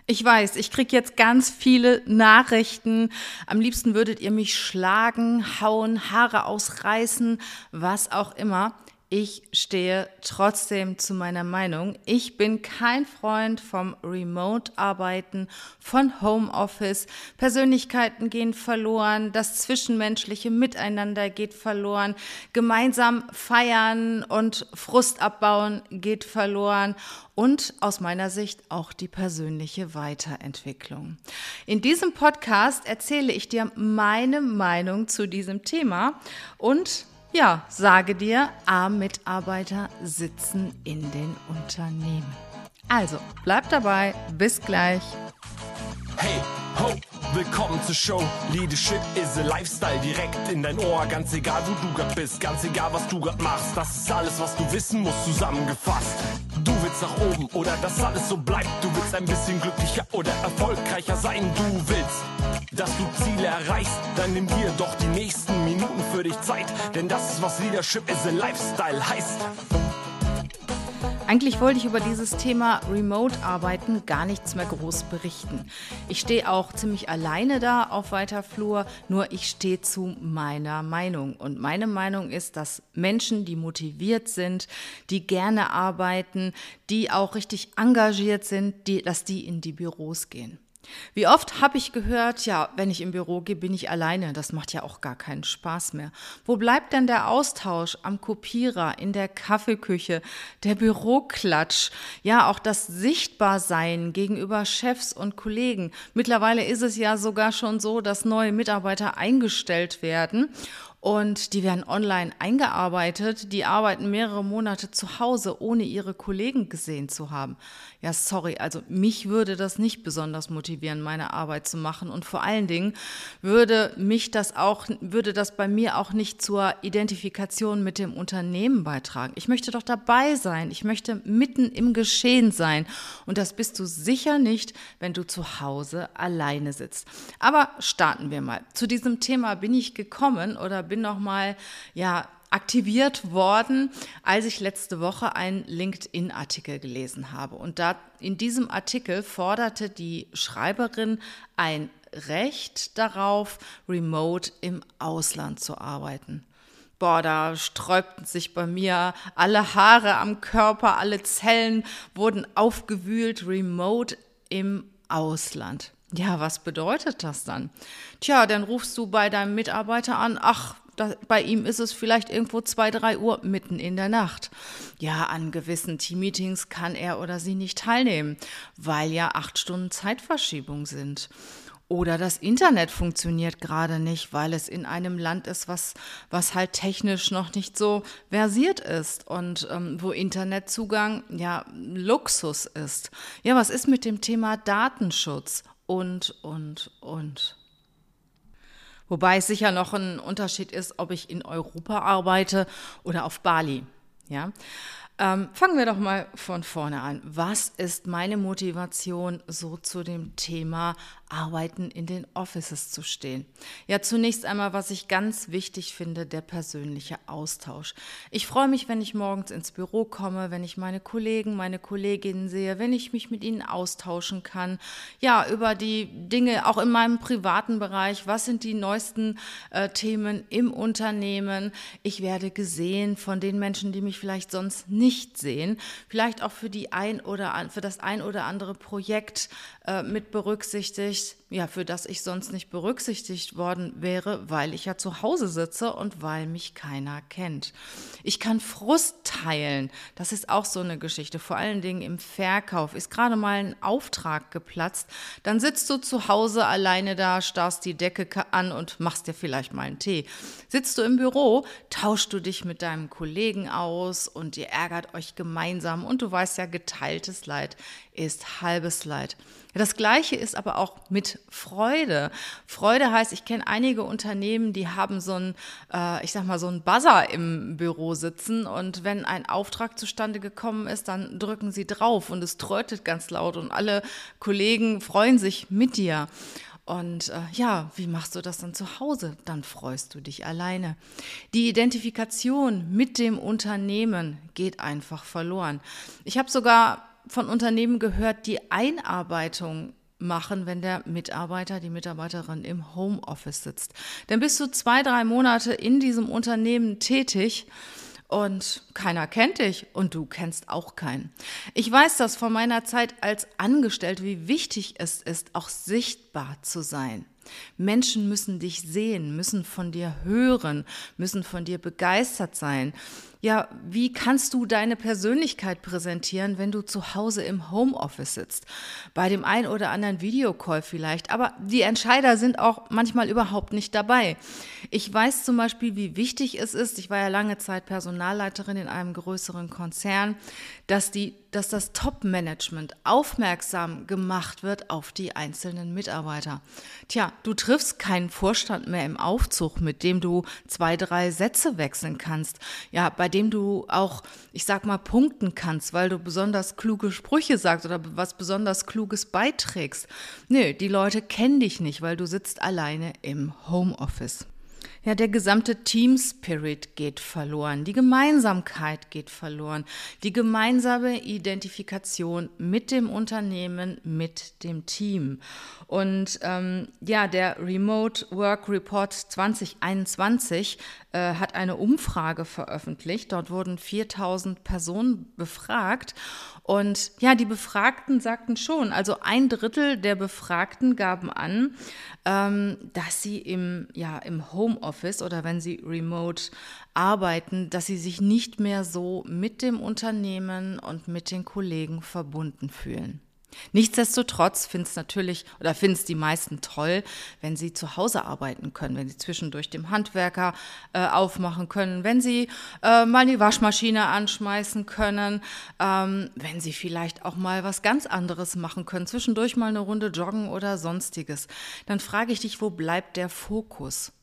Ich weiß, ich kriege jetzt ganz viele Nachrichten. Am liebsten würdet ihr mich schlagen, hauen, Haare ausreißen, was auch immer. Ich stehe trotzdem zu meiner Meinung. Ich bin kein Freund vom Remote-Arbeiten, von Homeoffice. Persönlichkeiten gehen verloren, das zwischenmenschliche Miteinander geht verloren, gemeinsam feiern und Frust abbauen geht verloren und aus meiner Sicht auch die persönliche Weiterentwicklung. In diesem Podcast erzähle ich dir meine Meinung zu diesem Thema und sage dir, A-Mitarbeiter sitzen in den Unternehmen. Also, bleib dabei, bis gleich. Hey, ho, willkommen zur Show. Leadership is a Lifestyle, direkt in dein Ohr. Ganz egal, wo du grad bist, ganz egal, was du grad machst. Das ist alles, was du wissen musst, zusammengefasst. Du willst nach oben oder dass alles so bleibt. Du willst ein bisschen glücklicher oder erfolgreicher sein. Du willst, dass du Ziele erreichst. Dann nimm dir doch die nächsten Minuten für dich Zeit. Denn das ist, was Leadership is a Lifestyle heißt. Eigentlich wollte ich über dieses Thema Remote-Arbeiten gar nichts mehr groß berichten. Ich stehe auch ziemlich alleine da auf weiter Flur, nur ich stehe zu meiner Meinung. Und meine Meinung ist, dass Menschen, die motiviert sind, die gerne arbeiten, die auch richtig engagiert sind, dass die in die Büros gehen. Wie oft habe ich gehört, wenn ich im Büro gehe, bin ich alleine. Das macht ja auch gar keinen Spaß mehr. Wo bleibt denn der Austausch am Kopierer, in der Kaffeeküche, der Büroklatsch? Ja, auch das Sichtbarsein gegenüber Chefs und Kollegen. Mittlerweile ist es ja sogar schon so, dass neue Mitarbeiter eingestellt werden. Und die werden online eingearbeitet, die arbeiten mehrere Monate zu Hause, ohne ihre Kollegen gesehen zu haben. Ja, sorry, also mich würde das nicht besonders motivieren, meine Arbeit zu machen. Und vor allen Dingen würde das bei mir auch nicht zur Identifikation mit dem Unternehmen beitragen. Ich möchte doch dabei sein, ich möchte mitten im Geschehen sein. Und das bist du sicher nicht, wenn du zu Hause alleine sitzt. Aber starten wir mal. Zu diesem Thema bin ich gekommen oder bin nochmal, aktiviert worden, als ich letzte Woche einen LinkedIn-Artikel gelesen habe. Und da in diesem Artikel forderte die Schreiberin ein Recht darauf, remote im Ausland zu arbeiten. Da sträubten sich bei mir alle Haare am Körper, alle Zellen wurden aufgewühlt, remote im Ausland. Ja, was bedeutet das dann? Dann rufst du bei deinem Mitarbeiter an, bei ihm ist es vielleicht irgendwo 2, 3 Uhr mitten in der Nacht. Ja, an gewissen Teammeetings kann er oder sie nicht teilnehmen, weil ja 8 Stunden Zeitverschiebung sind. Oder das Internet funktioniert gerade nicht, weil es in einem Land ist, was halt technisch noch nicht so versiert ist und wo Internetzugang Luxus ist. Ja, was ist mit dem Thema Datenschutz und. Wobei es sicher noch ein Unterschied ist, ob ich in Europa arbeite oder auf Bali. Ja? Fangen wir doch mal von vorne an. Was ist meine Motivation, so zu dem Thema Arbeiten in den Offices zu stehen? Ja, zunächst einmal, was ich ganz wichtig finde, der persönliche Austausch. Ich freue mich, wenn ich morgens ins Büro komme, wenn ich meine Kollegen, meine Kolleginnen sehe, wenn ich mich mit ihnen austauschen kann. Ja, über die Dinge auch in meinem privaten Bereich. Was sind die neuesten Themen im Unternehmen? Ich werde gesehen von den Menschen, die mich vielleicht sonst nicht sehen, vielleicht auch für das ein oder andere Projekt mit berücksichtigt, für das ich sonst nicht berücksichtigt worden wäre, weil ich ja zu Hause sitze und weil mich keiner kennt. Ich kann Frust teilen, das ist auch so eine Geschichte, vor allen Dingen im Verkauf. Ist gerade mal ein Auftrag geplatzt, dann sitzt du zu Hause alleine da, starrst die Decke an und machst dir vielleicht mal einen Tee. Sitzt du im Büro, tauschst du dich mit deinem Kollegen aus und ihr ärgert euch gemeinsam und du weißt ja, geteiltes Leid ist halbes Leid. Ja, das Gleiche ist aber auch mit Freude. Freude heißt, ich kenne einige Unternehmen, die haben so einen Buzzer im Büro sitzen und wenn ein Auftrag zustande gekommen ist, dann drücken sie drauf und es trötet ganz laut und alle Kollegen freuen sich mit dir. Und wie machst du das dann zu Hause? Dann freust du dich alleine. Die Identifikation mit dem Unternehmen geht einfach verloren. Ich habe sogar von Unternehmen gehört, die Einarbeitung machen, wenn der Mitarbeiter, die Mitarbeiterin im Homeoffice sitzt. Dann bist du 2-3 Monate in diesem Unternehmen tätig und keiner kennt dich und du kennst auch keinen. Ich weiß das von meiner Zeit als Angestellte, wie wichtig es ist, auch sichtbar zu sein. Menschen müssen dich sehen, müssen von dir hören, müssen von dir begeistert sein. Ja, wie kannst du deine Persönlichkeit präsentieren, wenn du zu Hause im Homeoffice sitzt? Bei dem einen oder anderen Videocall vielleicht, aber die Entscheider sind auch manchmal überhaupt nicht dabei. Ich weiß zum Beispiel, wie wichtig es ist, ich war ja lange Zeit Personalleiterin in einem größeren Konzern, dass das Top-Management aufmerksam gemacht wird auf die einzelnen Mitarbeiter. Tja, du triffst keinen Vorstand mehr im Aufzug, mit dem du 2-3 Sätze wechseln kannst. Ja, bei dem du auch, ich sag mal, punkten kannst, weil du besonders kluge Sprüche sagst oder was besonders Kluges beiträgst. Nö, die Leute kennen dich nicht, weil du sitzt alleine im Homeoffice. Ja, der gesamte Team-Spirit geht verloren, die Gemeinsamkeit geht verloren, die gemeinsame Identifikation mit dem Unternehmen, mit dem Team. Und der Remote Work Report 2021 hat eine Umfrage veröffentlicht. Dort wurden 4.000 Personen befragt. Und ja, die Befragten sagten schon, also 1/3 der Befragten gaben an, dass sie im Homeoffice oder wenn sie remote arbeiten, dass sie sich nicht mehr so mit dem Unternehmen und mit den Kollegen verbunden fühlen. Nichtsdestotrotz finden es die meisten toll, wenn sie zu Hause arbeiten können, wenn sie zwischendurch dem Handwerker aufmachen können, wenn sie mal die Waschmaschine anschmeißen können, wenn sie vielleicht auch mal was ganz anderes machen können, zwischendurch mal eine Runde joggen oder sonstiges. Dann frage ich dich, wo bleibt der Fokus?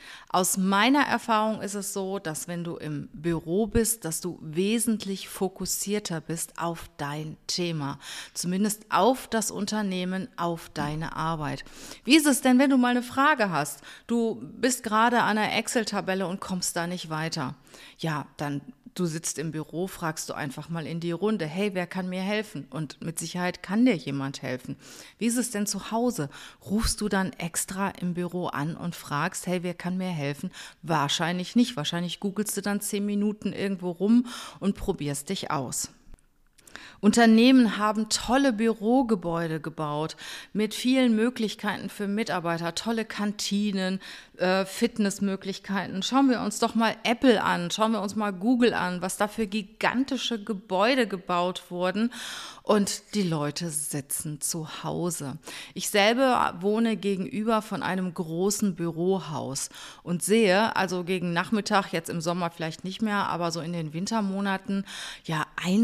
Aus meiner Erfahrung ist es so, dass wenn du im Büro bist, dass du wesentlich fokussierter bist auf dein Thema, zumindest auf das Unternehmen, auf deine Arbeit. Wie ist es denn, wenn du mal eine Frage hast? Du bist gerade an einer Excel-Tabelle und kommst da nicht weiter. Ja, dann du sitzt im Büro, fragst du einfach mal in die Runde, hey, wer kann mir helfen? Und mit Sicherheit kann dir jemand helfen. Wie ist es denn zu Hause? Rufst du dann extra im Büro an und fragst, hey, wer kann mir helfen? Wahrscheinlich nicht. Wahrscheinlich googelst du dann 10 Minuten irgendwo rum und probierst dich aus. Unternehmen haben tolle Bürogebäude gebaut mit vielen Möglichkeiten für Mitarbeiter, tolle Kantinen, Fitnessmöglichkeiten. Schauen wir uns doch mal Apple an, schauen wir uns mal Google an, was da für gigantische Gebäude gebaut wurden. Und die Leute sitzen zu Hause. Ich selber wohne gegenüber von einem großen Bürohaus und sehe, also gegen Nachmittag, jetzt im Sommer vielleicht nicht mehr, aber so in den Wintermonaten, ja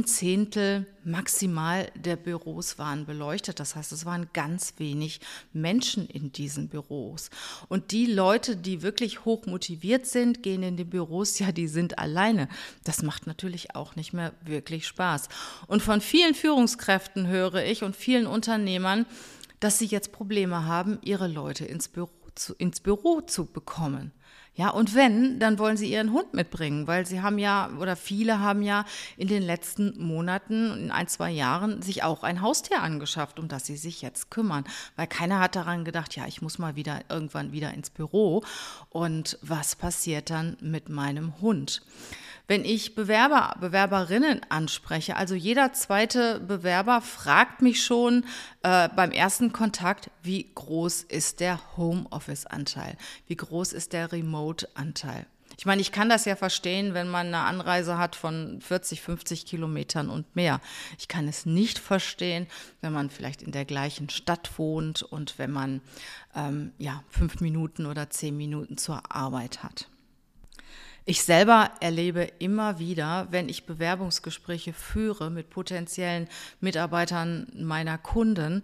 1/10 maximal der Büros waren beleuchtet. Das heißt, es waren ganz wenig Menschen in diesen Büros. Und die Leute, die wirklich hoch motiviert sind, gehen in die Büros, ja, die sind alleine. Das macht natürlich auch nicht mehr wirklich Spaß. Und von vielen Führungskräften höre ich und vielen Unternehmern, dass sie jetzt Probleme haben, ihre Leute ins Büro zu bekommen. Ja, und wenn, dann wollen sie ihren Hund mitbringen, weil viele haben ja in den letzten Monaten, in 1-2 Jahren, sich auch ein Haustier angeschafft, um das sie sich jetzt kümmern. Weil keiner hat daran gedacht, ja, ich muss mal irgendwann wieder ins Büro. Und was passiert dann mit meinem Hund? Wenn ich Bewerberinnen anspreche, also jeder zweite Bewerber fragt mich schon beim ersten Kontakt, wie groß ist der Homeoffice-Anteil? Wie groß ist der Remote-Anteil? Ich meine, ich kann das ja verstehen, wenn man eine Anreise hat von 40, 50 Kilometern und mehr. Ich kann es nicht verstehen, wenn man vielleicht in der gleichen Stadt wohnt und wenn man 5 Minuten oder 10 Minuten zur Arbeit hat. Ich selber erlebe immer wieder, wenn ich Bewerbungsgespräche führe mit potenziellen Mitarbeitern meiner Kunden,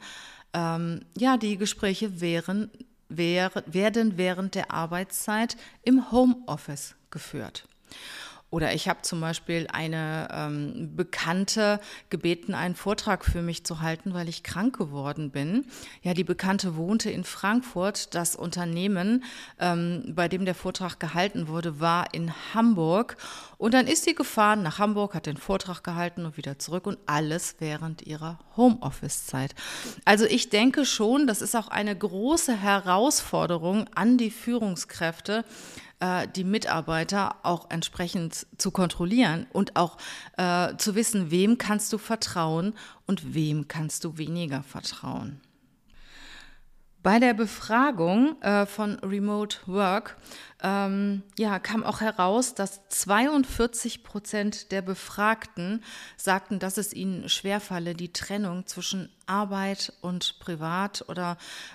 die Gespräche werden während der Arbeitszeit im Homeoffice geführt. Oder ich habe zum Beispiel eine Bekannte gebeten, einen Vortrag für mich zu halten, weil ich krank geworden bin. Ja, die Bekannte wohnte in Frankfurt. Das Unternehmen, bei dem der Vortrag gehalten wurde, war in Hamburg. Und dann ist sie gefahren nach Hamburg, hat den Vortrag gehalten und wieder zurück und alles während ihrer Homeoffice-Zeit. Also ich denke schon, das ist auch eine große Herausforderung an die Führungskräfte, die Mitarbeiter auch entsprechend zu kontrollieren und auch zu wissen, wem kannst du vertrauen und wem kannst du weniger vertrauen. Bei der Befragung von Remote Work kam auch heraus, dass 42% der Befragten sagten, dass es ihnen schwerfalle, die Trennung zwischen Arbeit und Privat oder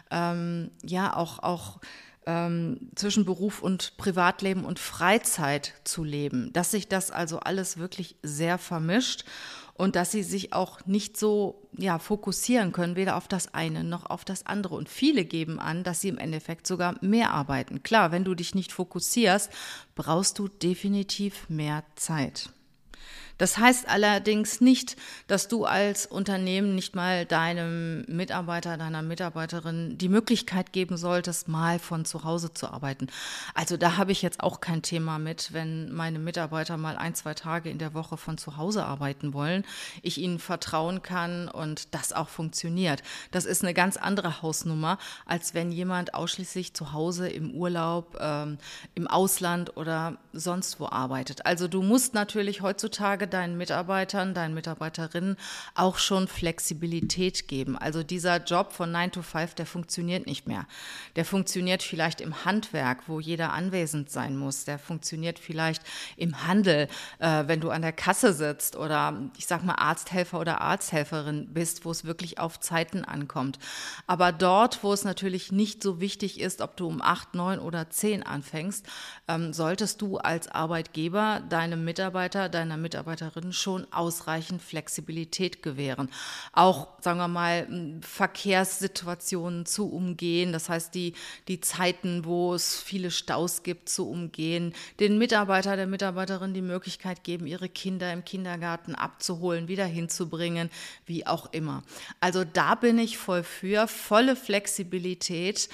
auch zwischen Beruf und Privatleben und Freizeit zu leben, dass sich das also alles wirklich sehr vermischt und dass sie sich auch nicht so fokussieren können, weder auf das eine noch auf das andere. Und viele geben an, dass sie im Endeffekt sogar mehr arbeiten. Klar, wenn du dich nicht fokussierst, brauchst du definitiv mehr Zeit. Das heißt allerdings nicht, dass du als Unternehmen nicht mal deinem Mitarbeiter, deiner Mitarbeiterin die Möglichkeit geben solltest, mal von zu Hause zu arbeiten. Also da habe ich jetzt auch kein Thema mit, wenn meine Mitarbeiter mal 1-2 Tage in der Woche von zu Hause arbeiten wollen, ich ihnen vertrauen kann und das auch funktioniert. Das ist eine ganz andere Hausnummer, als wenn jemand ausschließlich zu Hause im Urlaub, im Ausland oder sonst wo arbeitet. Also du musst natürlich heutzutage deinen Mitarbeitern, deinen Mitarbeiterinnen auch schon Flexibilität geben. Also dieser Job von 9 to 5, der funktioniert nicht mehr. Der funktioniert vielleicht im Handwerk, wo jeder anwesend sein muss. Der funktioniert vielleicht im Handel, wenn du an der Kasse sitzt oder ich sag mal Arzthelfer oder Arzthelferin bist, wo es wirklich auf Zeiten ankommt. Aber dort, wo es natürlich nicht so wichtig ist, ob du um 8, 9 oder 10 anfängst, solltest du als Arbeitgeber deinem Mitarbeiter, deiner Mitarbeiterin schon ausreichend Flexibilität gewähren. Auch, sagen wir mal, Verkehrssituationen zu umgehen, das heißt die Zeiten, wo es viele Staus gibt, zu umgehen, den Mitarbeiter, der Mitarbeiterin die Möglichkeit geben, ihre Kinder im Kindergarten abzuholen, wieder hinzubringen, wie auch immer. Also da bin ich voll für, volle Flexibilität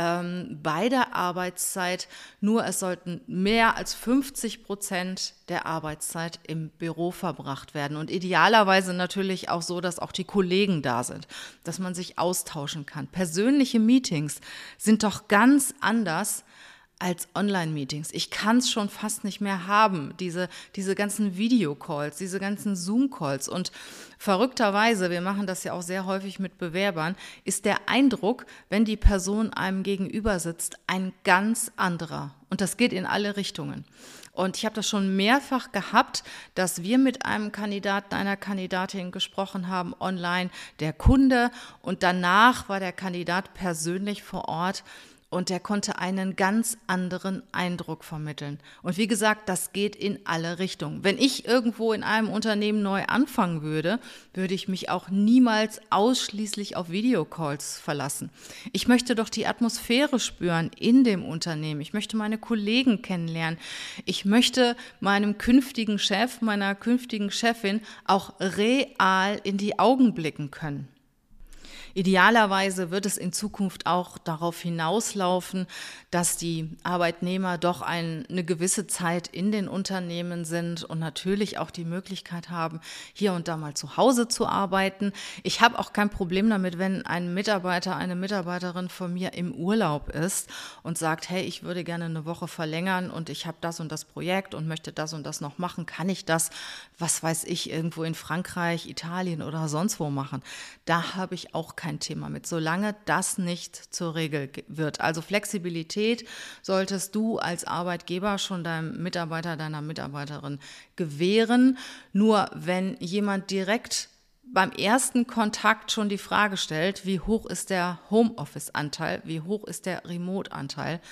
bei der Arbeitszeit, nur es sollten mehr als 50% der Arbeitszeit im Büro verbracht werden und idealerweise natürlich auch so, dass auch die Kollegen da sind, dass man sich austauschen kann. Persönliche Meetings sind doch ganz anders als Online-Meetings. Ich kann es schon fast nicht mehr haben, diese ganzen Videocalls, diese ganzen Zoom-Calls. Und verrückterweise, wir machen das ja auch sehr häufig mit Bewerbern, ist der Eindruck, wenn die Person einem gegenüber sitzt, ein ganz anderer. Und das geht in alle Richtungen. Und ich habe das schon mehrfach gehabt, dass wir mit einem Kandidaten, einer Kandidatin gesprochen haben, online, der Kunde. Und danach war der Kandidat persönlich vor Ort. Und der konnte einen ganz anderen Eindruck vermitteln. Und wie gesagt, das geht in alle Richtungen. Wenn ich irgendwo in einem Unternehmen neu anfangen würde, würde ich mich auch niemals ausschließlich auf Videocalls verlassen. Ich möchte doch die Atmosphäre spüren in dem Unternehmen. Ich möchte meine Kollegen kennenlernen. Ich möchte meinem künftigen Chef, meiner künftigen Chefin auch real in die Augen blicken können. Idealerweise wird es in Zukunft auch darauf hinauslaufen, dass die Arbeitnehmer doch eine gewisse Zeit in den Unternehmen sind und natürlich auch die Möglichkeit haben, hier und da mal zu Hause zu arbeiten. Ich habe auch kein Problem damit, wenn ein Mitarbeiter, eine Mitarbeiterin von mir im Urlaub ist und sagt, hey, ich würde gerne eine Woche verlängern und ich habe das und das Projekt und möchte das und das noch machen. Kann ich das, was weiß ich, irgendwo in Frankreich, Italien oder sonst wo machen? Da habe ich auch kein Thema mit, solange das nicht zur Regel wird. Also Flexibilität solltest du als Arbeitgeber schon deinem Mitarbeiter, deiner Mitarbeiterin gewähren. Nur wenn jemand direkt beim ersten Kontakt schon die Frage stellt, wie hoch ist der Homeoffice-Anteil, wie hoch ist der Remote-Anteil,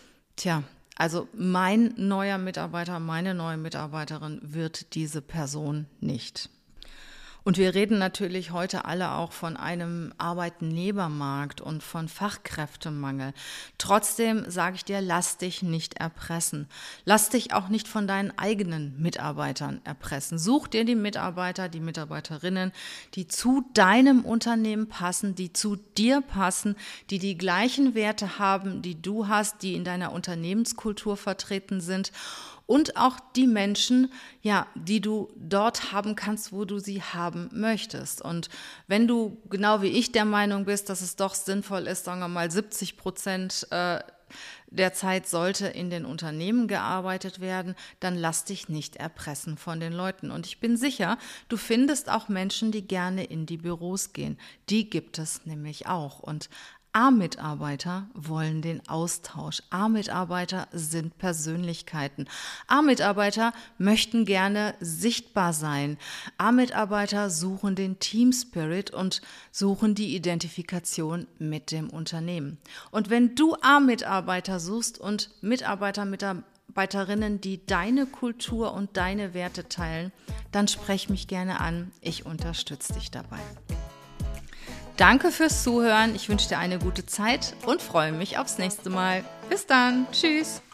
also mein neuer Mitarbeiter, meine neue Mitarbeiterin wird diese Person nicht. Und wir reden natürlich heute alle auch von einem Arbeitnehmermarkt und von Fachkräftemangel. Trotzdem sage ich dir, lass dich nicht erpressen. Lass dich auch nicht von deinen eigenen Mitarbeitern erpressen. Such dir die Mitarbeiter, die Mitarbeiterinnen, die zu deinem Unternehmen passen, die zu dir passen, die die gleichen Werte haben, die du hast, die in deiner Unternehmenskultur vertreten sind. Und auch die Menschen, ja, die du dort haben kannst, wo du sie haben möchtest. Und wenn du genau wie ich der Meinung bist, dass es doch sinnvoll ist, sagen wir mal 70% der Zeit sollte in den Unternehmen gearbeitet werden, dann lass dich nicht erpressen von den Leuten. Und ich bin sicher, du findest auch Menschen, die gerne in die Büros gehen. Die gibt es nämlich auch. Und A-Mitarbeiter wollen den Austausch. A-Mitarbeiter sind Persönlichkeiten. A-Mitarbeiter möchten gerne sichtbar sein. A-Mitarbeiter suchen den Team-Spirit und suchen die Identifikation mit dem Unternehmen. Und wenn du A-Mitarbeiter suchst und Mitarbeiterinnen, die deine Kultur und deine Werte teilen, dann sprech mich gerne an. Ich unterstütze dich dabei. Danke fürs Zuhören. Ich wünsche dir eine gute Zeit und freue mich aufs nächste Mal. Bis dann. Tschüss.